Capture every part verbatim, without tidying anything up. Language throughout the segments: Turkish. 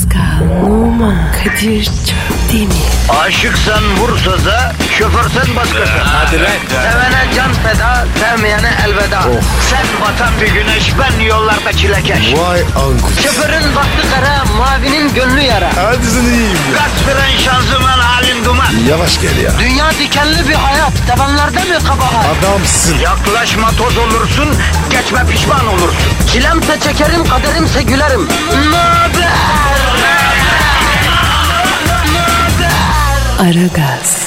Pascal, Oman, Kadir çok değil mi? Aşıksan vursa da, şoförsen başkasın. Hadi lan. Sevene can feda, sevmeyene elveda. Sen batan bir güneş, ben yollarda çilekeş. Vay anku. Şoförün baktı kara, mavinin gönlü yara. Hadi sen iyiyim ya. Kasperen şanzıman halin duman. Yavaş gel ya. Dünya dikenli bir hayat, sevenlerde mi kabahar? Adamsın. Yaklaşma toz olursun, geçme pişman olursun. Çilemse çekerim, kaderimse gülerim. Möber! Aragaz.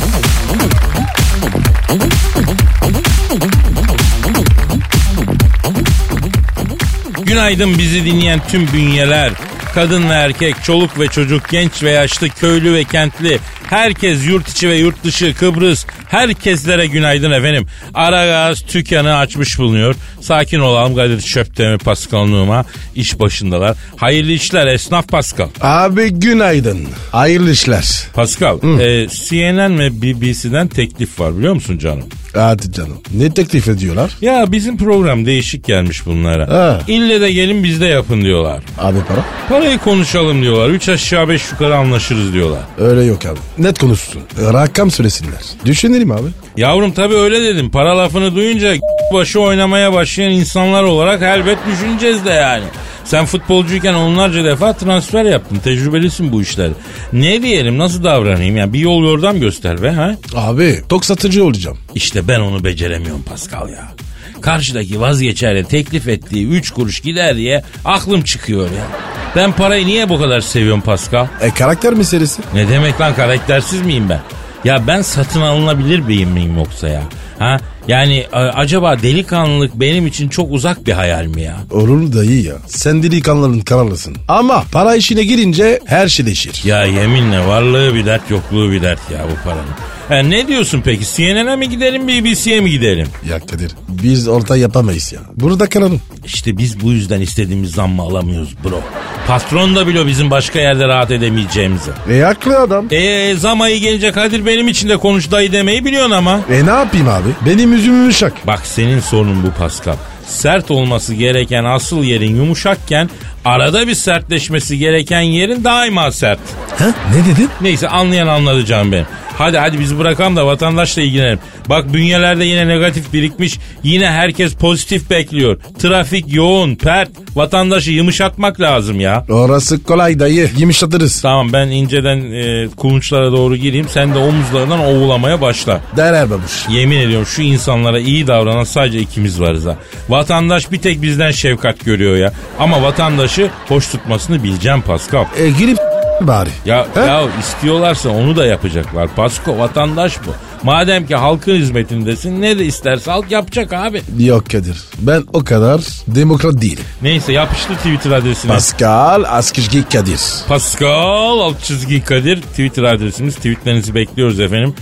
Günaydın bizi dinleyen tüm bünyeler. Kadın ve erkek, çoluk ve çocuk, genç ve yaşlı, köylü ve kentli. Herkes yurt içi ve yurt dışı, Kıbrıs. Herkeslere günaydın efendim. Aragaz tükkanı açmış bulunuyor. Sakin olalım Kadir Çöptemir, Pascal Numa iş başındalar. Hayırlı işler esnaf Pascal. Abi günaydın. Hayırlı işler. Pascal, e, C N N ve B B C'den teklif var biliyor musun canım? Hadi canım. Ne teklif ediyorlar? Ya bizim program değişik gelmiş bunlara. Ha. İlle de gelin bizde yapın diyorlar. Abi para? Parayı konuşalım diyorlar. Üç aşağı beş yukarı anlaşırız diyorlar. Öyle yok abi. Net konuşsun. Rakam söylesinler. Düşünelim abi. Yavrum tabii öyle dedim. Para lafını duyunca başı oynamaya başlayan insanlar olarak elbet düşüneceğiz de yani. Sen futbolcuyken onlarca defa transfer yaptın. Tecrübelisin bu işler. Ne diyelim, nasıl davranayım? Yani bir yol yordam göster be ha. Abi tok satıcı olacağım. İşte ben onu beceremiyorum Pascal ya. Karşıdaki vazgeçerle teklif ettiği üç kuruş gider diye aklım çıkıyor ya. Ben parayı niye bu kadar seviyorum Pascal? E karakter meselesi. Ne demek lan, karaktersiz miyim ben? Ya ben satın alınabilir biriyim miyim yoksa ya? Ha? Yani a- acaba delikanlılık benim için çok uzak bir hayal mi ya? Olur da iyi ya. Sen delikanlının kararlısın. Ama para işine girince her şey değişir. Ya yeminle varlığı bir dert, yokluğu bir dert ya bu paranın. Ha, ne diyorsun peki? C N N'e mi gidelim, B B C'ye mi gidelim? Ya Kadir biz orta yapamayız ya. Burada kalalım. İşte biz bu yüzden istediğimiz zammı alamıyoruz bro. Patron da biliyor bizim başka yerde rahat edemeyeceğimizi. E haklı adam. Eee zam ayı gelince Kadir benim için de konuş dayı demeyi biliyorsun ama. E ne yapayım abi? Benim yüzüm yumuşak. Bak senin sorunun bu Pascal. Sert olması gereken asıl yerin yumuşakken arada bir sertleşmesi gereken yerin daima sert. Ha? Ne dedin? Neyse anlayan anladı canım benim. Hadi hadi bizi bırakalım da vatandaşla ilgilenelim. Bak bünyelerde yine negatif birikmiş. Yine herkes pozitif bekliyor. Trafik yoğun, pert. Vatandaşı yumuşatmak lazım ya. Orası kolay dayı. Yumuşatırız. Tamam ben inceden e, kulunçlara doğru gireyim. Sen de omuzlardan ovulamaya başla. Derler babuş. Yemin ediyorum şu insanlara iyi davranan sadece ikimiz varız ha. Vatandaş bir tek bizden şefkat görüyor ya. Ama vatandaşı hoş tutmasını bileceğim Pascal. E girip bari. Ya, He? ya istiyorlarsa onu da yapacaklar. Pasko vatandaş bu. Madem ki halkın hizmetindesin ne de isterse halk yapacak abi. Yok Kadir. Ben o kadar demokrat değilim. Neyse yapıştı Twitter adresine. Pascal Askışgi Kadir. Pascal alt çizgi Kadir Twitter adresimiz. Tweetlerinizi bekliyoruz efendim.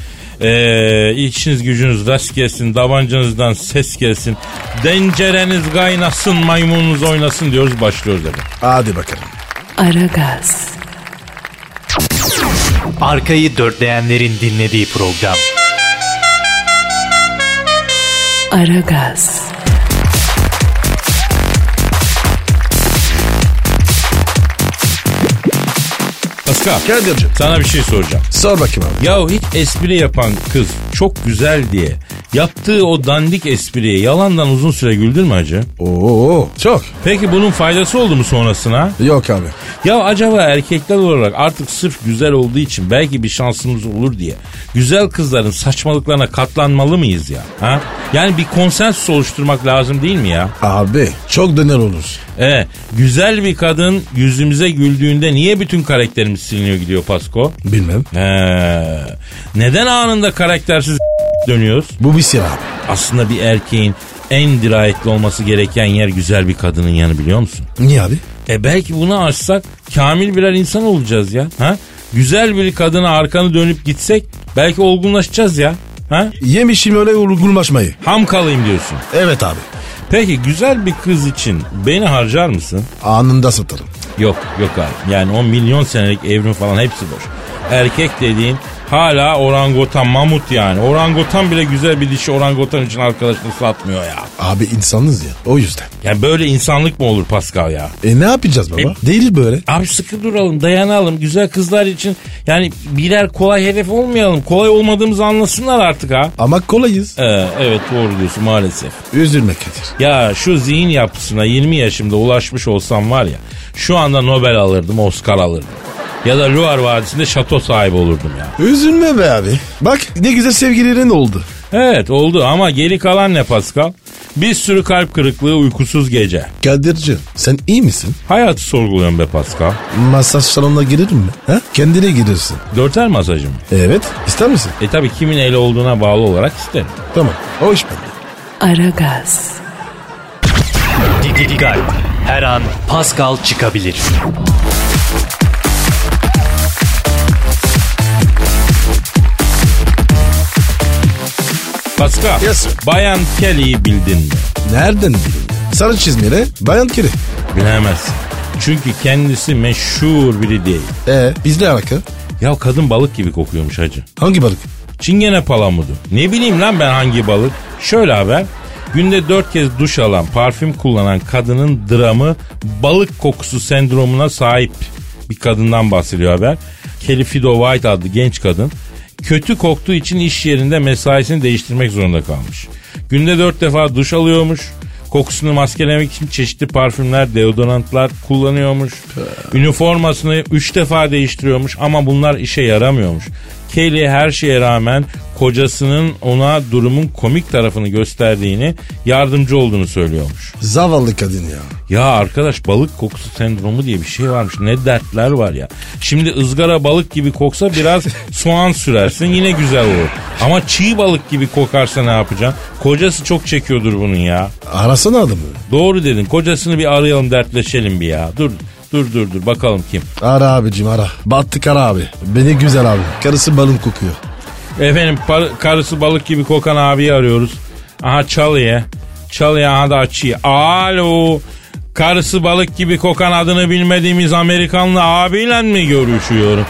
Ee, işiniz gücünüz rast gelsin, tabancanızdan ses gelsin, dencereniz kaynasın, maymununuz oynasın diyoruz, başlıyoruz efendim. Hadi bakalım. Aragaz. Arkayı dörtleyenlerin dinlediği program. Aragaz. Pascal, Kadir'cim. sana bir şey soracağım. Sor bakayım abi. Ya hiç espri yapan kız çok güzel diye yaptığı o dandik espriye yalandan uzun süre güldün mü hacı? Oo çok. Peki bunun faydası oldu mu sonrasına? Yok abi. Ya acaba erkekler olarak artık sırf güzel olduğu için belki bir şansımız olur diye güzel kızların saçmalıklarına katlanmalı mıyız ya? Ha? Yani bir konsensüs oluşturmak lazım değil mi ya? Abi çok döner olur. E, güzel bir kadın yüzümüze güldüğünde niye bütün karakterimiz siliniyor gidiyor Pasko? Bilmem. He, neden anında karaktersiz dönüyoruz? Bu bir sır abi. Aslında bir erkeğin en dirayetli olması gereken yer güzel bir kadının yanı, biliyor musun? Niye abi? E belki bunu aşsak kamil birer insan olacağız ya. Ha? Güzel bir kadına arkanı dönüp gitsek belki olgunlaşacağız ya. Ha? Yemişim öyle olgunlaşmayı. Ham kalayım diyorsun. Evet abi. Peki güzel bir kız için beni harcar mısın? Anında satarım. Yok yok abi. Yani on milyon senelik evrim falan hepsi boş. Erkek dediğin hala orangutan, mamut yani. Orangutan bile güzel bir dişi orangutan için arkadaşını satmıyor ya. Abi insanız ya o yüzden. Ya böyle insanlık mı olur Pascal ya? E ne yapacağız baba? E, Değil böyle. Abi sıkı duralım, dayanalım. Güzel kızlar için yani birer kolay hedef olmayalım. Kolay olmadığımızı anlasınlar artık ha. Ama kolayız. Ee, evet doğru diyorsun maalesef. Üzülme Kadir. Ya şu zihin yapısına yirmi yaşımda ulaşmış olsam var ya, şu anda Nobel alırdım, Oscar alırdım. Ya da Loire Vadisi'nde şato sahibi olurdum ya. Üzülme be abi. Bak ne güzel sevgililerin oldu. Evet oldu ama geri kalan ne Pascal? Bir sürü kalp kırıklığı, uykusuz gece. Kadir'cim sen iyi misin? Hayatı sorguluyorum be Pascal. Masaj salonuna girerim mi? Ha? Kendine girirsin. Dörtel masajı mı? Evet. İster misin? E tabi kimin eli olduğuna bağlı olarak isterim. Tamam. O iş bende. Aragaz. Dikkat. Her an Pascal çıkabilir. Pascal, Yes, sir. Bayan Kelly'yi bildin mi? Nereden bildin? Sarı çizmeli Bayan Kiri. Bilemezsin. Çünkü kendisi meşhur biri değil. Ee bizle alaka. Ya kadın balık gibi kokuyormuş hacı. Hangi balık? Çingene palamudu. Ne bileyim lan ben hangi balık? Şöyle haber. Günde dört kez duş alan, parfüm kullanan kadının dramı balık kokusu sendromuna sahip bir kadından bahsediyor haber. Kelly Fido White adlı genç kadın kötü koktuğu için iş yerinde mesaisini değiştirmek zorunda kalmış. Günde dört defa duş alıyormuş. Kokusunu maskelemek için çeşitli parfümler, deodorantlar kullanıyormuş. Üniformasını üç defa değiştiriyormuş ama bunlar işe yaramıyormuş. Kelly her şeye rağmen kocasının ona durumun komik tarafını gösterdiğini, yardımcı olduğunu söylüyormuş. Zavallı kadın ya. Ya arkadaş balık kokusu sendromu diye bir şey varmış. Ne dertler var ya. Şimdi ızgara balık gibi koksa biraz soğan sürersin yine güzel olur. Ama çiğ balık gibi kokarsa ne yapacaksın? Kocası çok çekiyordur bunun ya. Arasana adamı. Doğru dedin. Kocasını bir arayalım, dertleşelim bir ya. Dur dur dur dur bakalım kim. Ara abicim ara. Battık ara abi. Beni güzel abi. Karısı balon kokuyor. Efendim par- karısı balık gibi kokan abiyi arıyoruz. Aha çalıyor. Çalıyor aha da açıyor. Alo. Karısı balık gibi kokan adını bilmediğimiz Amerikanlı abiyle mi görüşüyorum?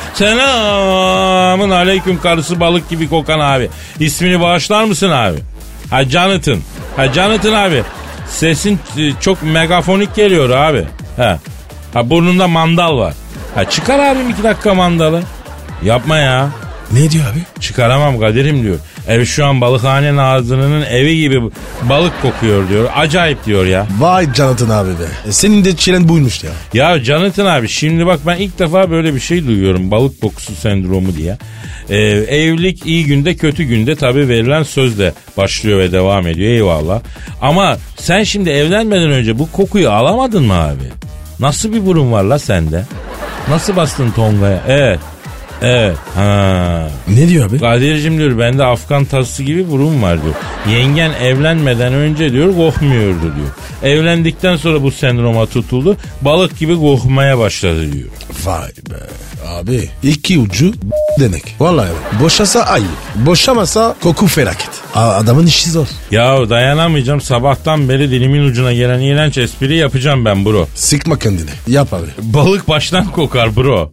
Selamın aleyküm karısı balık gibi kokan abi. İsmini bağışlar mısın abi? Ha Jonathan. Ha Jonathan abi. Sesin çok megafonik geliyor abi. Ha. Ha burnunda mandal var. Ha çıkar abim iki dakika mandalı. Yapma ya. Ne diyor abi? Çıkaramam Kadir'im diyor. Ev şu an balıkhane Nazlı'nın evi gibi balık kokuyor diyor. Acayip diyor ya. Vay Jonathan abi be. E senin de çilen buymuş ya. Ya Jonathan abi şimdi bak ben ilk defa böyle bir şey duyuyorum. Balık kokusu sendromu diye. Ee, evlilik iyi günde kötü günde tabii verilen sözle başlıyor ve devam ediyor eyvallah. Ama sen şimdi evlenmeden önce bu kokuyu alamadın mı abi? Nasıl bir burun var la sende? Nasıl bastın tongaya? Evet. Evet. Ha. Ne diyor abi? Kadir'cim diyor bende Afgan tası gibi burun var diyor. Yengen evlenmeden önce diyor kokmuyordu diyor. Evlendikten sonra bu sendroma tutuldu. Balık gibi kokmaya başladı diyor. Vay be. Abi iki ucu denek. Vallahi abi. Boşasa ayıp. Boşamasa koku felaket. A- adamın işi zor. Ya dayanamayacağım sabahtan beri dilimin ucuna gelen iğrenç espri yapacağım ben bro. Sıkma kendini. Yap abi. Balık baştan kokar bro.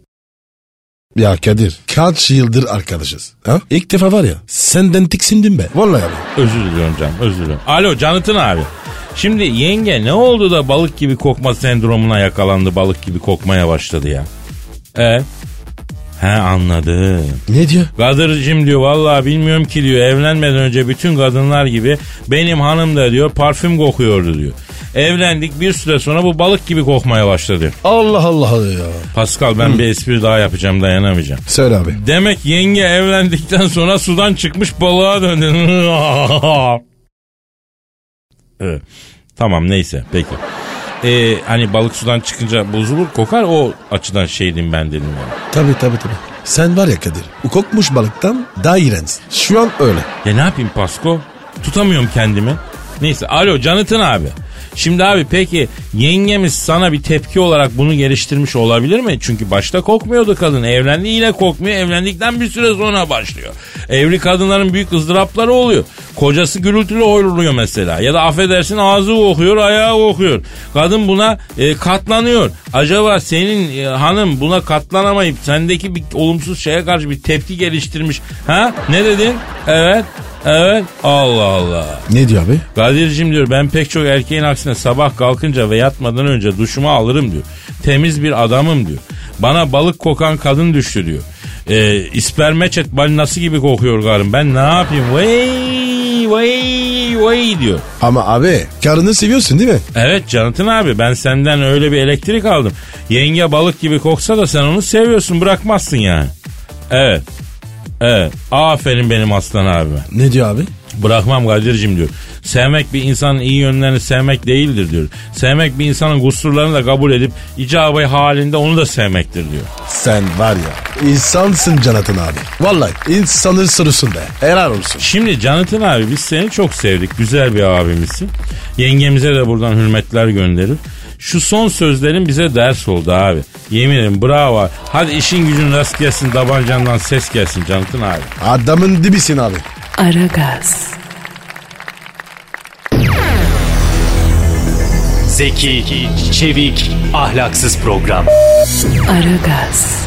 Ya Kadir kaç yıldır arkadaşız. Ha? İlk defa var ya senden tiksindim be. Vallahi abi. Özür diliyorum canım özür diliyorum. Alo Jonathan abi. Şimdi yenge ne oldu da balık gibi kokma sendromuna yakalandı, balık gibi kokmaya başladı ya? Evet. He anladım. Ne diyor? Kadir'cim diyor vallahi bilmiyorum ki diyor evlenmeden önce bütün kadınlar gibi benim hanım da diyor parfüm kokuyordu diyor. Evlendik bir süre sonra bu balık gibi kokmaya başladı. Allah Allah ya. Pascal ben Hı. bir espri daha yapacağım dayanamayacağım. Söyle abi. Demek yenge evlendikten sonra sudan çıkmış balığa döndü. Evet. Tamam neyse peki. Ee, hani balık sudan çıkınca bozulur kokar o açıdan şeydim ben dedim yani. Tabii tabii tabii. Sen var ya Kadir o kokmuş balıktan daha iğrençsin. Şu an öyle. Ya ne yapayım Pasko? Tutamıyorum kendimi. Neyse alo Jonathan abi. Şimdi abi peki yengemiz sana bir tepki olarak bunu geliştirmiş olabilir mi? Çünkü başta kokmuyordu kadın. Evlendi yine kokmuyor. Evlendikten bir süre sonra başlıyor. Evli kadınların büyük ızdırapları oluyor. Kocası gürültülü horluyor mesela. Ya da affedersin ağzı kokuyor, ayağı kokuyor. Kadın buna e, katlanıyor. Acaba senin e, hanım buna katlanamayıp sendeki bir olumsuz şeye karşı bir tepki geliştirmiş. Ha? Ne dedin? Evet. Evet. Allah Allah. Ne diyor abi? Kadir'cim diyor ben pek çok erkeğin aksine sabah kalkınca ve yatmadan önce duşumu alırım diyor. Temiz bir adamım diyor. Bana balık kokan kadın düştü diyor. Ee, ispermeçet balinası gibi kokuyor karım. Ben ne yapayım? Vay vay vay diyor. Ama abi karını seviyorsun değil mi? Evet Canatın abi ben senden öyle bir elektrik aldım. Yenge balık gibi koksa da sen onu seviyorsun bırakmazsın yani. Evet. Evet. Aferin benim aslan abime. Ne diyor abi? Bırakmam Kadir'cim diyor. Sevmek bir insanın iyi yönlerini sevmek değildir diyor. Sevmek bir insanın kusurlarını da kabul edip icabı halinde onu da sevmektir diyor. Sen var ya insansın Canatın abi. Vallahi insanın sırrısın be. Helal olsun. Şimdi Canatın abi biz seni çok sevdik. Güzel bir abimizsin. Yengemize de buradan hürmetler gönderir. Şu son sözlerin bize ders oldu abi. Yemin ederim bravo. Hadi işin gücün rast gelsin, tabancandan ses gelsin Canatın abi. Adamın dibisin abi. Aragaz. Zeki, çevik, ahlaksız program. Aragaz.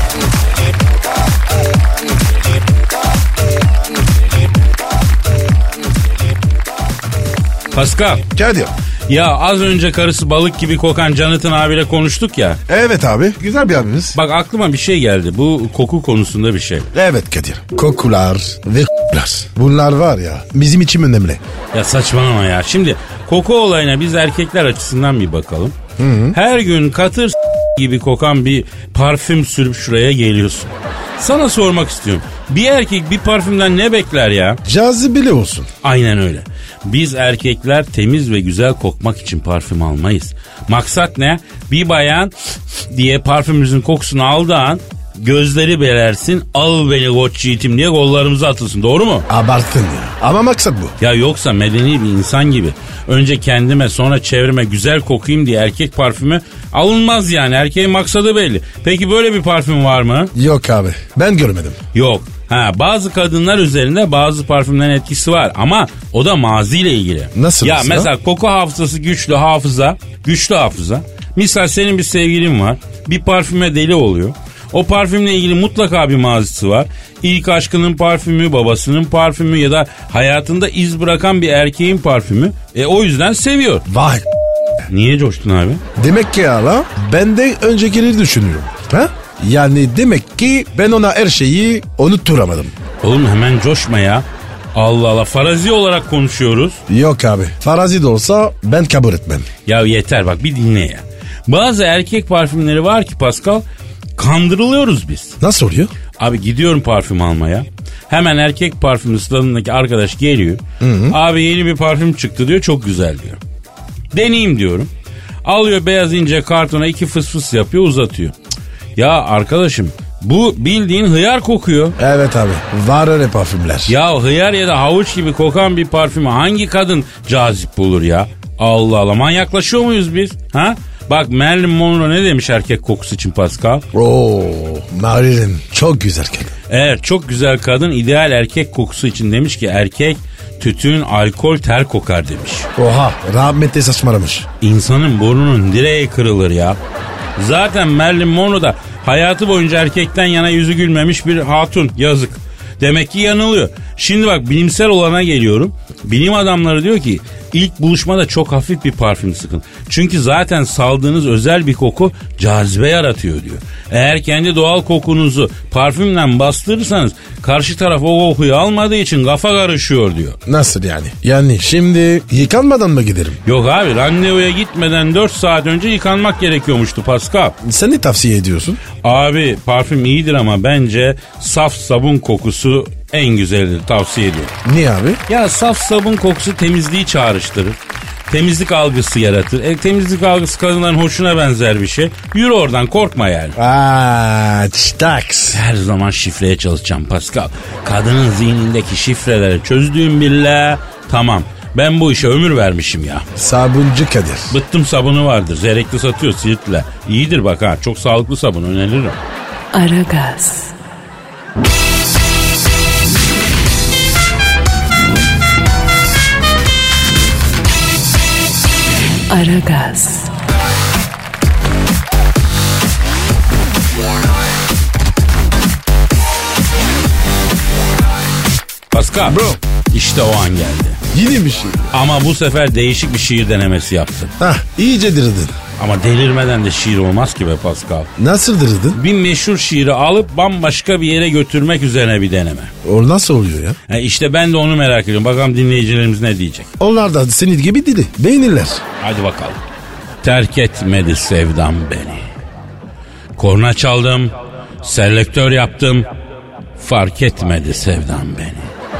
Pascal. Kadir. Ya az önce karısı balık gibi kokan Canatın abiyle konuştuk ya. Evet abi. Güzel bir abimiz. Bak aklıma bir şey geldi. Bu koku konusunda bir şey. Evet Kadir. Kokular ve kokular. Bunlar var ya bizim için önemli. Ya saçmalama ya. Şimdi koku olayına biz erkekler açısından bir bakalım. Hı hı. Her gün katır gibi kokan bir parfüm sürüp şuraya geliyorsun. Sana sormak istiyorum. Bir erkek bir parfümden ne bekler ya? Cazibeli olsun. Aynen öyle. Biz erkekler temiz ve güzel kokmak için parfüm almayız. Maksat ne? Bir bayan diye parfümümüzün kokusunu aldığı an gözleri belersin, al beni koç yiğitim diye kollarımıza atılsın. Doğru mu? Abarttın ya. Ama maksat bu. Ya yoksa medeni bir insan gibi önce kendime sonra çevreme güzel kokayım diye erkek parfümü alınmaz yani. Erkeğin maksadı belli. Peki böyle bir parfüm var mı? Yok abi. Ben görmedim. Yok. Ha, bazı kadınlar üzerinde bazı parfümlerin etkisi var ama o da maziyle ilgili. Nasıl? Ya mesela? mesela koku hafızası güçlü hafıza, güçlü hafıza. Misal senin bir sevgilin var. Bir parfüme deli oluyor. O parfümle ilgili mutlaka bir mazisi var. İlk aşkının parfümü, babasının parfümü ya da hayatında iz bırakan bir erkeğin parfümü. E o yüzden seviyor. Vay. Niye coştun abi? Demek ki hala ben de öncekileri düşünüyorum. Ha? Yani demek ki ben ona her şeyi unutturamadım. Oğlum hemen coşma ya. Allah Allah, farazi olarak konuşuyoruz. Yok abi, farazi de olsa ben kabul etmem. Ya yeter bak, bir dinle ya. Bazı erkek parfümleri var ki Pascal, kandırılıyoruz biz. Nasıl oluyor? Abi gidiyorum parfüm almaya. Hemen erkek parfüm stadındaki arkadaş geliyor. Hı hı. Abi yeni bir parfüm çıktı diyor, çok güzel diyor. Deneyeyim diyorum. Alıyor beyaz ince kartona, iki fıs fıs yapıyor, uzatıyor. Ya arkadaşım, bu bildiğin hıyar kokuyor. Evet abi, var öyle parfümler. Ya hıyar ya da havuç gibi kokan bir parfümü hangi kadın cazip bulur ya? Allah Allah, manyaklaşıyor muyuz biz? Ha? Bak Marilyn Monroe ne demiş erkek kokusu için Pascal? Oo, Marilyn çok güzel kadın. Evet, çok güzel kadın ideal erkek kokusu için demiş ki erkek tütün, alkol, ter kokar demiş. Oha, rahmetli saçmalamış. İnsanın burnunun direği kırılır ya. Zaten Marilyn Monroe da hayatı boyunca erkekten yana yüzü gülmemiş bir hatun, yazık. Demek ki yanılıyor. Şimdi bak bilimsel olana geliyorum. Bilim adamları diyor ki ilk buluşmada çok hafif bir parfüm sıkın. Çünkü zaten saldığınız özel bir koku cazibe yaratıyor diyor. Eğer kendi doğal kokunuzu parfümle bastırırsanız karşı taraf o kokuyu almadığı için kafa karışıyor diyor. Nasıl yani? Yani şimdi yıkanmadan mı giderim? Yok abi, randevuya gitmeden dört saat önce yıkanmak gerekiyormuştu Pascal. Sen ne tavsiye ediyorsun? Abi parfüm iyidir ama bence saf sabun kokusu en güzelidir, tavsiye ediyorum. Niye abi? Ya saf sabun kokusu temizliği çağrıştırır. Temizlik algısı yaratır. E, temizlik algısı kadınların hoşuna benzer bir şey. Yürü oradan, korkma yani. Aaa çıtaks. Her zaman şifreye çalışacağım Pascal. Kadının zihnindeki şifreleri çözdüğüm bile tamam. Ben bu işe ömür vermişim ya. Sabuncu Kadir. Bıttım sabunu vardır. Zerekli satıyor Siirt'le. İyidir bak ha. Çok sağlıklı sabun, öneririm. Aragaz. Aragaz. Pascal. Bro. İşte o an geldi. Yeni bir şey. Ama bu sefer değişik bir şiir denemesi yaptım. Hah, iyice dırdın. Ama delirmeden de şiir olmaz ki be Pascal. Nasıl dırdın? Bir meşhur şiiri alıp bambaşka bir yere götürmek üzerine bir deneme. O nasıl oluyor ya? Ha işte ben de onu merak ediyorum. Bakalım dinleyicilerimiz ne diyecek. Onlar da senin gibi dili. Beğenirler. Hadi bakalım. Terk etmedi sevdam beni. Korna çaldım, selektör yaptım. Fark etmedi sevdam beni.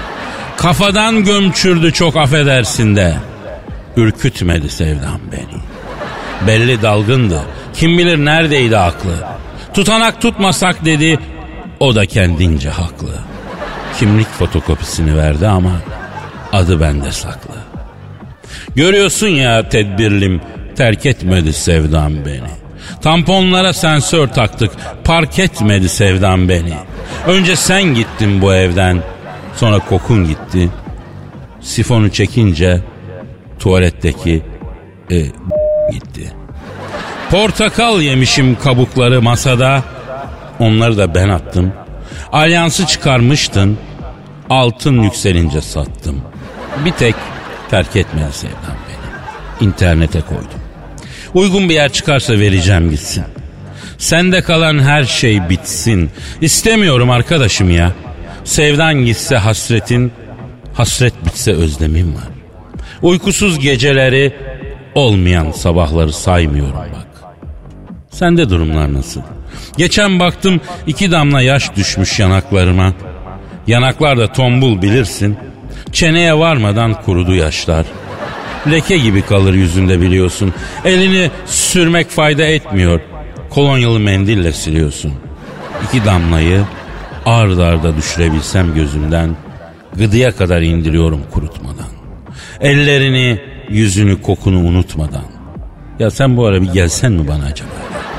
Kafadan gömçürdü çok affedersin de. Ürkütmedi sevdam beni. Belli dalgındı. Kim bilir neredeydi aklı. Tutanak tutmasak dedi. O da kendince haklı. Kimlik fotokopisini verdi ama adı bende saklı. Görüyorsun ya tedbirlim, terk etmedi sevdam beni. Tamponlara sensör taktık, park etmedi sevdam beni. Önce sen gittin bu evden, sonra kokun gitti. Sifonu çekince tuvaletteki e, gitti. Portakal yemişim kabukları masada, onları da ben attım. Alyansı çıkarmıştın, altın yükselince sattım. Bir tek terk etmedi sevdam beni. İnternete koydum. Uygun bir yer çıkarsa vereceğim gitsin. Sende kalan her şey bitsin. İstemiyorum arkadaşım ya. Sevdan gitse hasretin, hasret bitse özlemim var. Uykusuz geceleri, olmayan sabahları saymıyorum bak. Sende durumlar nasıl? Geçen baktım iki damla yaş düşmüş yanaklarıma. Yanaklar da tombul bilirsin. Çeneye varmadan kurudu yaşlar. Leke gibi kalır yüzünde biliyorsun. Elini sürmek fayda etmiyor. Kolonyalı mendille siliyorsun. İki damlayı ard arda düşürebilsem gözümden, gıdıya kadar indiriyorum kurutmadan. Ellerini, yüzünü, kokunu unutmadan. Ya sen bu ara bir gelsen mi bana acaba?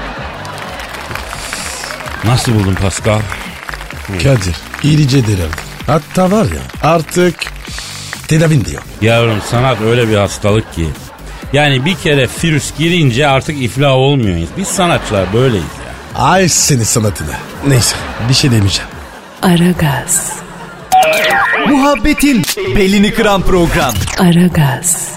Nasıl buldun Pascal? Kadir, iyice delirdi. Hatta var ya, artık tedavin diyor. Yavrum sanat öyle bir hastalık ki. Yani bir kere virüs girince artık iflah olmuyoruz. Biz sanatçılar böyleyiz ya. Ay seni sanatına. Neyse, bir şey demeyeceğim. Aragaz. Muhabbetin belini kıran program. Aragaz.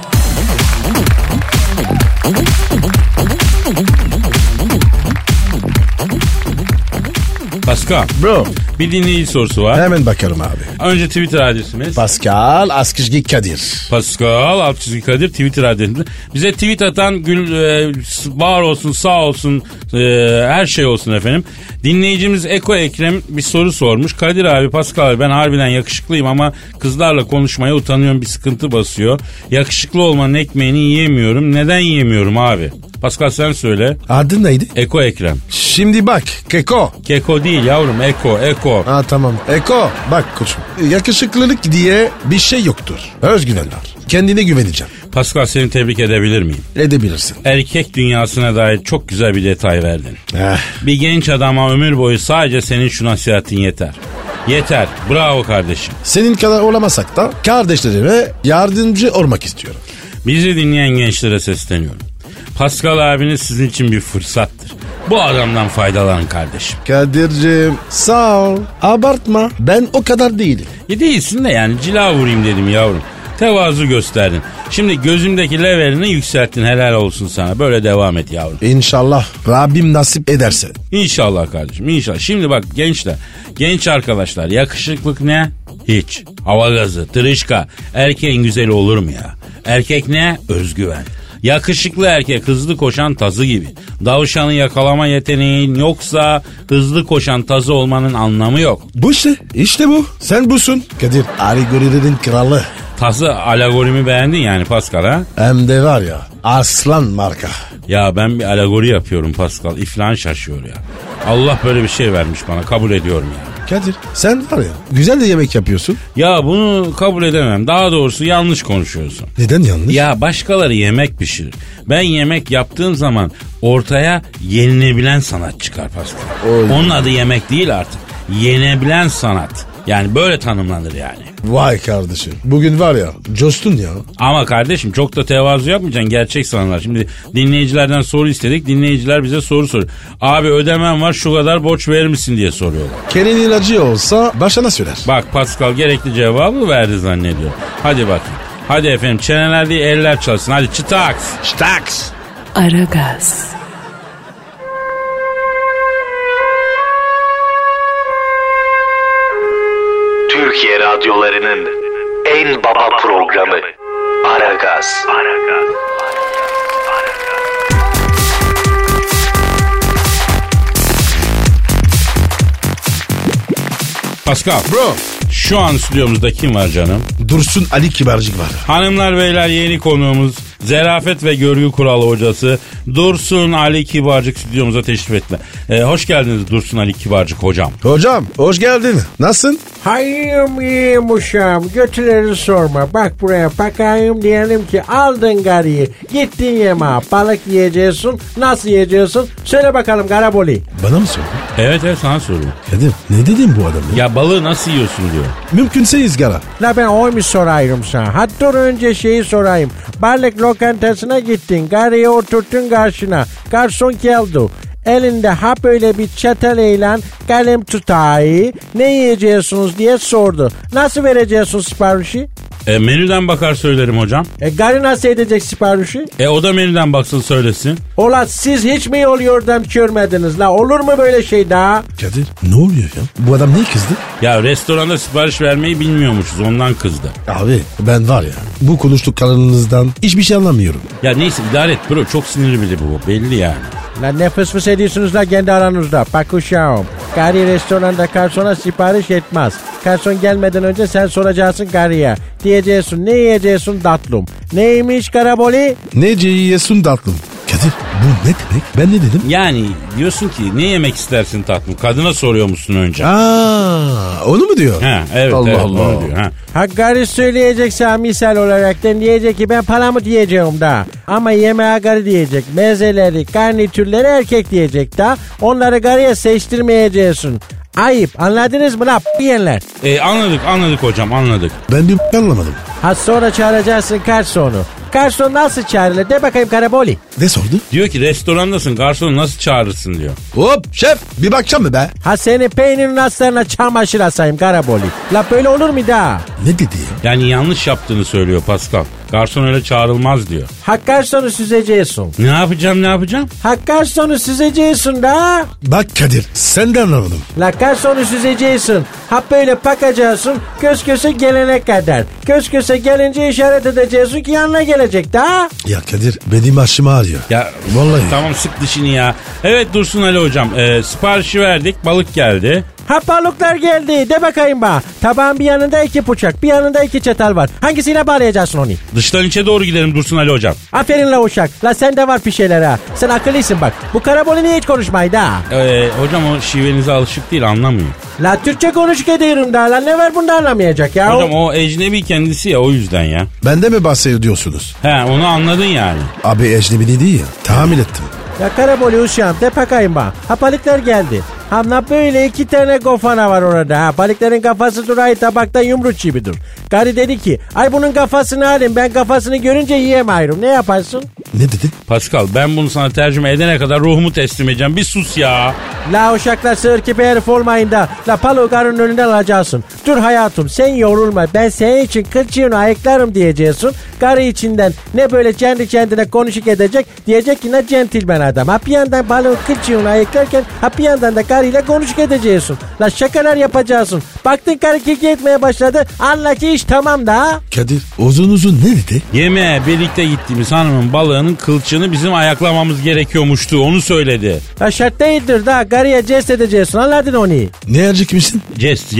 Pascal, Bro, bir dinleyici sorusu var. hemen bakalım abi. Önce Twitter adresimiz. Pascal Askışgi Kadir. Pascal Altçizgi Kadir Twitter adresimiz. Bize tweet atan gül e, var olsun, sağ olsun, e, her şey olsun efendim. Dinleyicimiz Eko Ekrem bir soru sormuş. Kadir abi, Pascal abi, ben harbiden yakışıklıyım ama kızlarla konuşmaya utanıyorum, bir sıkıntı basıyor. Yakışıklı olmanın ekmeğini yiyemiyorum. Neden yiyemiyorum abi? Pascal sen söyle. Adın neydi? Eko Ekrem. Şimdi bak Keko. Keko değil yavrum, Eko, Eko. Ha tamam. Eko bak koçum. Yakışıklılık diye bir şey yoktur. Özgüven var. Kendine güveneceğim. Pascal seni tebrik edebilir miyim? Edebilirsin. Erkek dünyasına dair çok güzel bir detay verdin. Eh. Bir genç adama ömür boyu sadece senin şu nasihatin yeter. Yeter. Bravo kardeşim. Senin kadar olamasak da kardeşlerime yardımcı olmak istiyorum. Bizi dinleyen gençlere sesleniyorum. Pascal abiniz sizin için bir fırsattır. Bu adamdan faydalanın kardeşim. Kadir'cim sağ ol. Abartma. Ben o kadar değilim. Ya değilsin de yani cila vurayım dedim yavrum. Tevazu gösterdin. Şimdi gözümdeki levelini yükselttin, helal olsun sana. Böyle devam et yavrum. İnşallah Rabbim nasip ederse. İnşallah kardeşim, inşallah. Şimdi bak gençler, genç arkadaşlar, yakışıklık ne? Hiç. Hava gazı, tırışka. Erkeğin güzeli olur mu ya? Erkek ne? Özgüven. Yakışıklı erkek hızlı koşan tazı gibi. Davşanı yakalama yeteneğin yoksa hızlı koşan tazı olmanın anlamı yok. Bu işte, işte bu. Sen busun. Kadir, alegorilerin kralı. Tazı alegorimi beğendin yani Pascal ha? Hem de var ya, aslan marka. Ya ben bir alegori yapıyorum Pascal. İflan şaşıyor ya. Allah böyle bir şey vermiş bana, kabul ediyorum ya. Kadir sen var ya güzel de yemek yapıyorsun. Ya bunu kabul edemem. Daha doğrusu yanlış konuşuyorsun. Neden yanlış? Ya başkaları yemek pişirir. Ben yemek yaptığım zaman ortaya yenilebilen sanat çıkar Pascal. Oy. Onun adı yemek değil artık. Yenebilen sanat. Yani böyle tanımlanır yani. Vay kardeşim. Bugün var ya coştun ya. Ama kardeşim çok da tevazu yapmayacaksın, gerçek sanatlar. Şimdi dinleyicilerden soru istedik. Dinleyiciler bize soru soruyor. Abi ödemem var, şu kadar borç verir misin diye soruyorlar. Kenin ilacı olsa başına söyler. Bak Pascal gerekli cevabı verdi zannediyor. Hadi bakayım. Hadi efendim, çeneler değil eller çalışsın. Hadi çıtaks. Staks. Aragaz. Türkiye radyolarının en baba programı Aragaz. Pascal. Bro. Şu an stüdyomuzda kim var canım? Dursun Ali Kibarcık var. Hanımlar beyler, yeni konuğumuz Zarafet ve Görgü Kuralı hocası Dursun Ali Kibarcık stüdyomuza teşrif etti. Ee, hoş geldiniz Dursun Ali Kibarcık hocam. Hocam hoş geldin. Nasılsın? Hayırım iyiyim uşağım, götüleri sorma. Bak buraya bakayım, diyelim ki aldın garıyı, gittin yemeğe, balık yiyeceksin. Nasıl yiyeceksin? Söyle bakalım Garaboli. Bana mı sordun? Evet evet, sana soruyorum. Kadir ne dedin bu adamı? Ya balığı nasıl yiyorsun diyor. Mümkünse izgara. La ben oy mu sorayım sana? Hadi dur önce şeyi sorayım. Balık lokantasına gittin, garıyı oturttun karşına. Garson geldi. Elinde ha böyle bir çatal eğlen kalem tutayı, ne yiyeceksiniz diye sordu. Nasıl vereceksiniz siparişi? E, menüden bakar söylerim hocam. E garı nasıl edecek siparişi? E o da menüden baksın söylesin. Ola siz hiç mi yol yordam görmediniz la? Olur mu böyle şey daha? Kadir ne oluyor ya? Bu adam niye kızdı? Ya restoranda sipariş vermeyi bilmiyormuşuz, ondan kızdı. Abi ben var ya bu konuştuklarınızdan hiçbir şey anlamıyorum. Ya neyse idare et bro, çok sinirli biri bu belli yani. La ne fıs fıs ediyorsunuz la kendi aranızda? Bak uşağım. Gari restoranda garsona sipariş etmez. Garson gelmeden önce sen soracaksın gariye. Diyeceksin ne yiyeceksin tatlım. Neymiş Garaboli? Ne yiyorsun tatlım? Kadir bu ne demek? Ben ne dedim? Yani diyorsun ki ne yemek istersin tatlım? Kadına soruyor musun önce? Aa, onu mu diyor? Ha, evet Allah evet Allah. onu diyor. Ha. Ha gari söyleyecekse misal olaraktan diyecek ki ben paramı diyeceğim da. Ama yemeğe gari diyecek. Mezeleri, garnitürleri erkek diyecek da. Onları gariye seçtirmeyeceksin. Ayıp, anladınız mı la yiyenler? E, anladık anladık hocam, anladık. Ben bir anlamadım. Ha sonra çağıracaksın garsonu. Garson nasıl çağrılır de bakayım Garaboli. Ne sordu? Diyor ki restorandasın, garsonu nasıl çağırırsın diyor. Hop şef bir bakacağım mı be? Ha seni peynirin aslarına çamaşır asayım Garaboli. La böyle olur mu da? Ne dedi ya? Yani yanlış yaptığını söylüyor Pascal. Garson öyle çağrılmaz diyor. Ha garsonu süzeceksin. Ne yapacağım ne yapacağım? Ha garsonu süzeceksin da. Bak Kadir sen de anlamadım. La garsonu süzeceksin. Ha böyle bakacaksın göz göze gelene kadar. Göz göze gelince işaret edeceksin ki yanına gelecek da. Ya Kadir benim başım ağrıyor. Ya Vallahi. tamam sık dişini ya. Evet Dursun Ali hocam, e, siparişi verdik, balık geldi. Ha balıklar geldi de bakayım bana. Tabağın bir yanında iki bıçak, bir yanında iki çatal var. Hangisiyle bağlayacaksın onu? Dıştan içe doğru gidelim Dursun Ali hocam. Aferin la uşak. La sen de var bir şeyler ha. Sen akıllısın bak. Bu Karaboli niye hiç konuşmaydı ha? E, hocam o şivenize alışık değil, anlamıyor. La Türkçe konuşuk ediyorum da. La ne var bunda anlamayacak ya? Hocam o ecnebi kendisi ya, o yüzden ya. Bende mi bahsediyorsunuz? He, onu anladın yani. Abi ecnebi değil ya. Tahmin ettim. Ya Karaboli uşağım de bakayım bana. Ha balıklar geldi. Hamla böyle iki tane kofana var orada. Ha balıkların kafası durayı tabakta yumruç gibidir. Gari dedi ki ay bunun kafasını alayım, ben kafasını görünce yiyemiyorum. Ne yaparsın? Ne dedin? Pascal ben bunu sana tercüme edene kadar ruhumu teslim edeceğim. Bir sus ya. La uşaklar sığır gibi herif olmayın da. La balığı karın önünden alacaksın. Dur hayatım sen yorulma. Ben senin için kılçığını ayıklarım diyeceksin. Karı içinden ne böyle kendi kendine konuşuk edecek. Diyecek ki ne centilmen adam. Ha bir yandan balığın kılçığını ayıklarken ha bir yandan da karıyla konuşuk edeceksin. La şakalar yapacaksın. Baktın karı keki etmeye başladı. Anla ki iş tamam da. Kadir uzun uzun ne dedi? Yemeğe birlikte gittiğimiz hanımın balığının kılçığını bizim ayaklamamız gerekiyormuştu. Onu söyledi. La şart değildir da. Karıya jest edeceksin. Anladın onu. Ne acıkmışsın? Jest jest.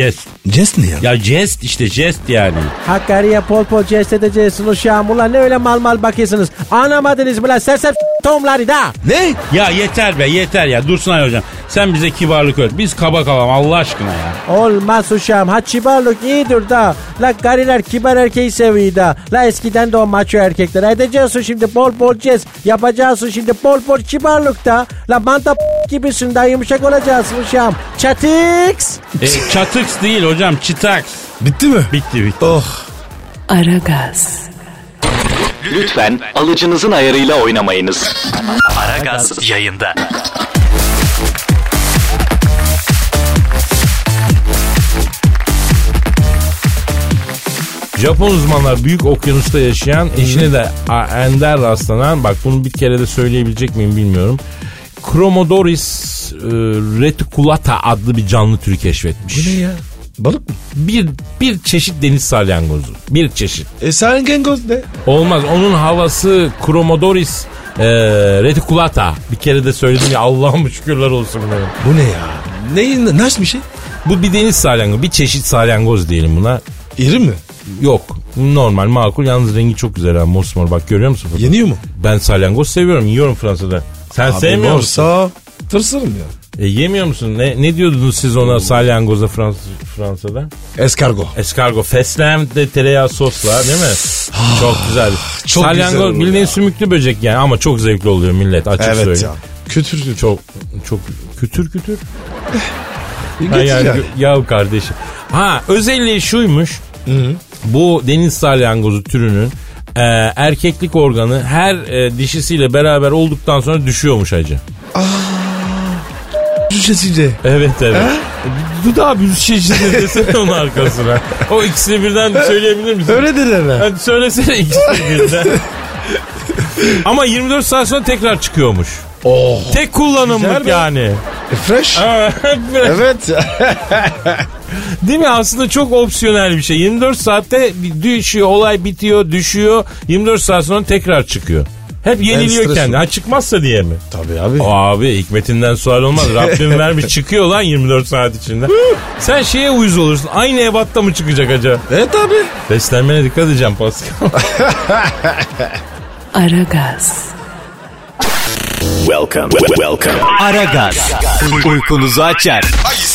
Jest ne ya? Ya jest işte jest yani. Hakkari'ye pol pol jest edeceksin uşağım. Ulan ne öyle mal mal bakıyorsunuz. Anlamadınız mı lan sersem tomları da. Ne? Ya yeter be yeter ya Dursunay hocam. Sen bize kibarlık öğret. Biz kaba kalam Allah aşkına ya. Olmaz uşağım. Ha kibarlık iyidir da. La gariler kibar erkeği seviyor da. La eskiden de o maço erkekler. Edeceksin şimdi bol bol jest. Yapacaksın şimdi bol bol kibarlık da. La manta gibisin daha yumuşak olacaksın uşağım. Çatiks. E, çatıks değil hocam çıtaks. Bitti mi? Bitti bitti. Oh. Aragaz, Lütfen alıcınızın ayarıyla oynamayınız. Aragaz yayında. Japon uzmanlar büyük okyanusta yaşayan eşine de ender rastlanan bak bunu bir kere de söyleyebilecek miyim bilmiyorum. Chromodoris e, reticulata adlı bir canlı türü keşfetmiş. Bu ne ya? Balık mı? Bir bir çeşit deniz salyangozu. Bir çeşit. E salyangoz ne? Olmaz. Onun havası Chromodoris e, reticulata. Bir kere de söyledim ya Allah'ım şükürler olsun benim. Bu ne ya? Ne, nasıl bir şey? Bu bir deniz salyangozu. Bir çeşit salyangoz diyelim buna. İri mi? Yok. Normal makul. Yalnız rengi çok güzel ha. Mosmor. Bak görüyor musun? Yeniyor mu? Ben salyangoz seviyorum. Yiyorum Fransa'da. Sen Abi sevmiyor musun? Morsa tırsırım ya. E, yemiyor musun? Ne, ne diyordunuz siz ona salyangoza Frans Fransa'da? Eskargo. Eskargo. Fesleğen de tereyağı sosla değil mi? Çok güzel. Çok salyangoz güzel olur bildiğin ya. sümüklü böcek yani ama çok zevkli oluyor millet açık Evet söyleyeyim. ya. Kütür. Çok çok kütür kütür. Getir Ha, yani, yani. ya kardeşim. Ha özelliği şuymuş. Hı-hı. Bu deniz salyangozu türünün e, erkeklik organı her e, dişisiyle beraber olduktan sonra düşüyormuş hacı. Cücesice. Evet evet. Dudağı bir şişesi desene onun arkasına. O ikisini birden söyleyebilir misin? Öyle derler. Hadi söylesene ikisini birden. Ama yirmi dört saat sonra tekrar çıkıyormuş. Oh. Tek kullanımlık be. yani. E, fresh. Evet. Değil mi? Aslında çok opsiyonel bir şey. yirmi dört saatte düşüyor, olay bitiyor, düşüyor. yirmi dört saat sonra tekrar çıkıyor. Hep yeniliyor stres kendi. olur. Ha çıkmazsa diye mi? Tabii abi. Abi hikmetinden sual olmaz. Rabbim vermiş çıkıyor lan yirmi dört saat içinde. Sen şeye uyuz olursun. Aynı ebatta mı çıkacak acaba? Evet abi. Beslenmene dikkat edeceğim Pascal. Aragaz, Welcome. Welcome. Aragaz. Uykunuzu açar.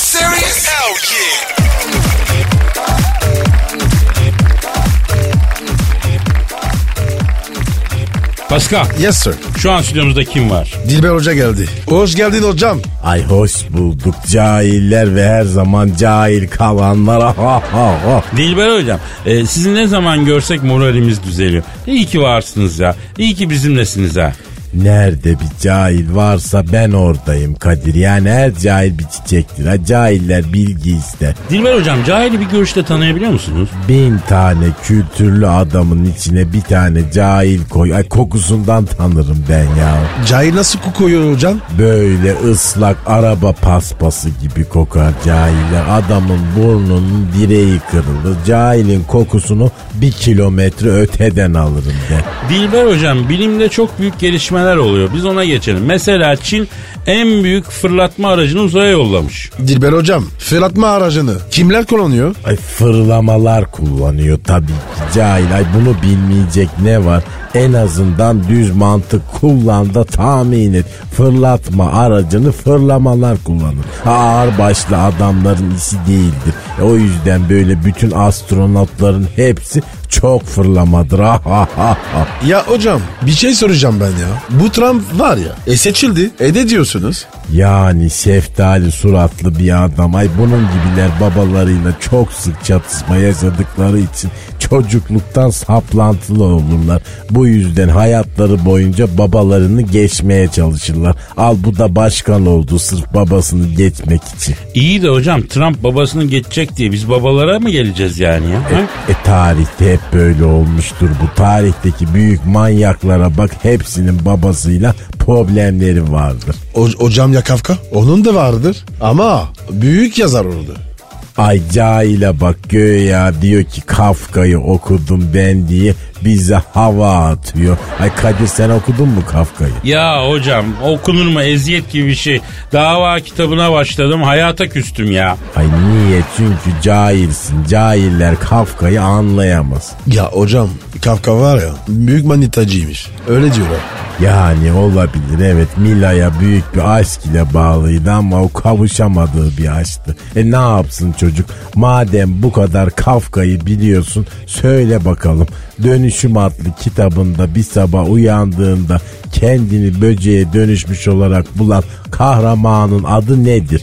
Pascal Yes sir. şu an stüdyomuzda kim var? Dilber Hoca geldi. Hoş geldin hocam. Ay hoş bulduk cahiller ve her zaman cahil kalanlara. Ha ha ha. Dilber hocam e, sizi ne zaman görsek moralimiz düzeliyor. İyi ki varsınız ya. İyi ki bizimlesiniz ha. Nerede bir cahil varsa ben oradayım Kadir. Yani her cahil bir çiçektir. Ha, cahiller bilgi ister. Dilber hocam cahili bir görüşte tanıyabiliyor musunuz? Bin tane kültürlü adamın içine bir tane cahil koy. Ay kokusundan tanırım ben ya. Cahil nasıl kokuyor hocam? Böyle ıslak araba paspası gibi kokar cahiller. Adamın burnunun direği kırılır. Cahilin kokusunu bir kilometre öteden alırım ben. Dilber hocam bilimde çok büyük gelişmeler oluyor. Biz ona geçelim. Mesela Çin en büyük fırlatma aracını uzaya yollamış. Dilber hocam fırlatma aracını kimler kullanıyor? Ay fırlamalar kullanıyor tabii ki cahil. Ay bunu bilmeyecek ne var? En azından düz mantık kullan da tahmin et. Fırlatma aracını fırlamalar kullanır. Ha, ağır başlı adamların işi değildir. E, o yüzden böyle bütün astronotların hepsi çok fırlamadır. Ha, ha, ha, ha. Ya hocam bir şey soracağım ben ya. Bu Trump var ya e seçildi. E ne diyorsunuz? Yani şeftali suratlı bir adam. Ay bunun gibiler babalarıyla çok sık çatışma yaşadıkları için çocukluktan saplantılı olurlar. Bu yüzden hayatları boyunca babalarını geçmeye çalışırlar. Al bu da başkan oldu sırf babasını geçmek için. İyi de hocam Trump babasını geçecek diye biz babalara mı geleceğiz yani ya? Ha? E, e tarihte hep böyle olmuştur bu. Tarihteki büyük manyaklara bak hepsinin babasıyla problemleri vardır. O, hocam ya Kafka onun da vardır ama büyük yazar oldu. Ay cahile bak göya diyor ki Kafka'yı okudum ben diye bize hava atıyor. Ay Kadir sen okudun mu Kafka'yı? Ya hocam okunur mu, eziyet gibi bir şey. Dava kitabına başladım, hayata küstüm ya. Ay niye? Çünkü cahilsin. Cahiller Kafka'yı anlayamaz. Ya hocam Kafka var ya büyük manitacıymış. Öyle diyorlar. Yani olabilir evet, Mila'ya büyük bir aşk ile bağlıydı ama o kavuşamadığı bir aşktı. E ne yapsın çocuk? Madem bu kadar Kafka'yı biliyorsun söyle bakalım. Dönüşüm adlı kitabında bir sabah uyandığında kendini böceğe dönüşmüş olarak bulan kahramanın adı nedir?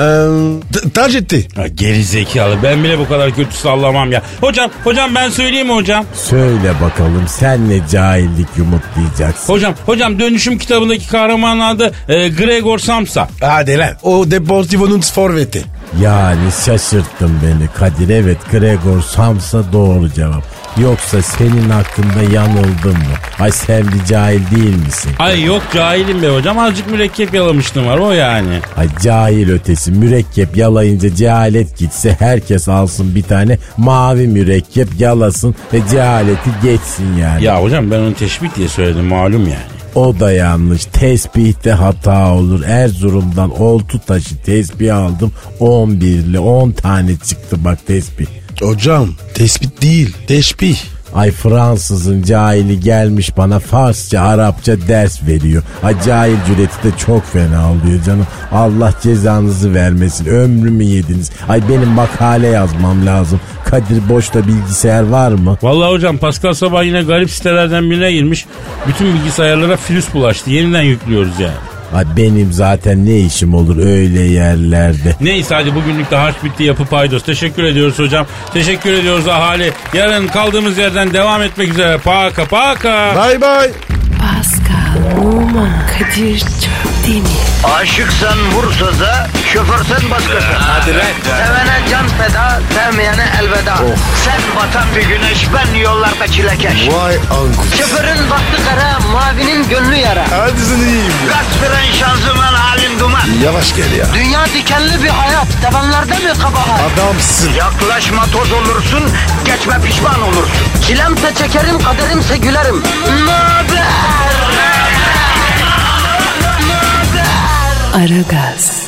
Ee, Taceddin. Ya geri zekalı, ben bile bu kadar kötü sallamam ya. Hocam hocam ben söyleyeyim mi hocam? Söyle bakalım, sen ne cahillik yumurtlayacaksın? Hocam hocam dönüşüm kitabındaki kahramanın adı e, Gregor Samsa. Hadi lan. O Deportivo'nun forveti. Yani şaşırttın beni Kadir. Evet, Gregor Samsa doğru cevap. Yoksa senin hakkında yanıldım mı? Ay sen bir cahil değil misin? Ay yok cahilim be hocam, azıcık mürekkep yalamıştım var o yani. Ay cahil ötesi, mürekkep yalayınca cehalet gitse herkes alsın bir tane mavi mürekkep yalasın ve cehaleti geçsin yani. Ya hocam ben onu teşbih diye söyledim malum yani. O da yanlış. Tesbihte hata olur. Erzurum'dan oltu taşı tesbih aldım. on birli on tane çıktı bak tesbih. Hocam tespit değil teşbih. Ay Fransızın cahili gelmiş bana Farsça, Arapça ders veriyor. Ay cahil cüreti de çok fena oluyor canım. Allah cezanızı vermesin. Ömrümü yediniz. Ay benim makale yazmam lazım. Kadir boşta bilgisayar var mı? Vallahi hocam Pascal sabah yine garip sitelerden birine girmiş. Bütün bilgisayarlara virüs bulaştı. Yeniden yüklüyoruz yani. Ay benim zaten ne işim olur öyle yerlerde. Neyse hadi bugünlük de harç bitti, yapı paydos. Teşekkür ediyoruz hocam. Teşekkür ediyoruz ahali. Yarın kaldığımız yerden devam etmek üzere. Paka paka. Bye bye. Pascal, Oman, Kadir çok değil mi? Aşıksan vursa da, şoförsen başkasın. Hadi lan. Sevene can feda, sevmeyene elveda. Sen batan bir güneş, ben yollarda çilekeş. Vay anku. Şoförün baktı kara, mavinin gönlü yara. Hadi sen iyiyim ya. Kasperen şanzıman halin duman. Yavaş gel ya. Dünya dikenli bir hayat, sevenlerde mi kabahar? Adamsın. Yaklaşma toz olursun, geçme pişman olursun. Çilemse çekerim, kaderimse gülerim. Möber! Aragaz.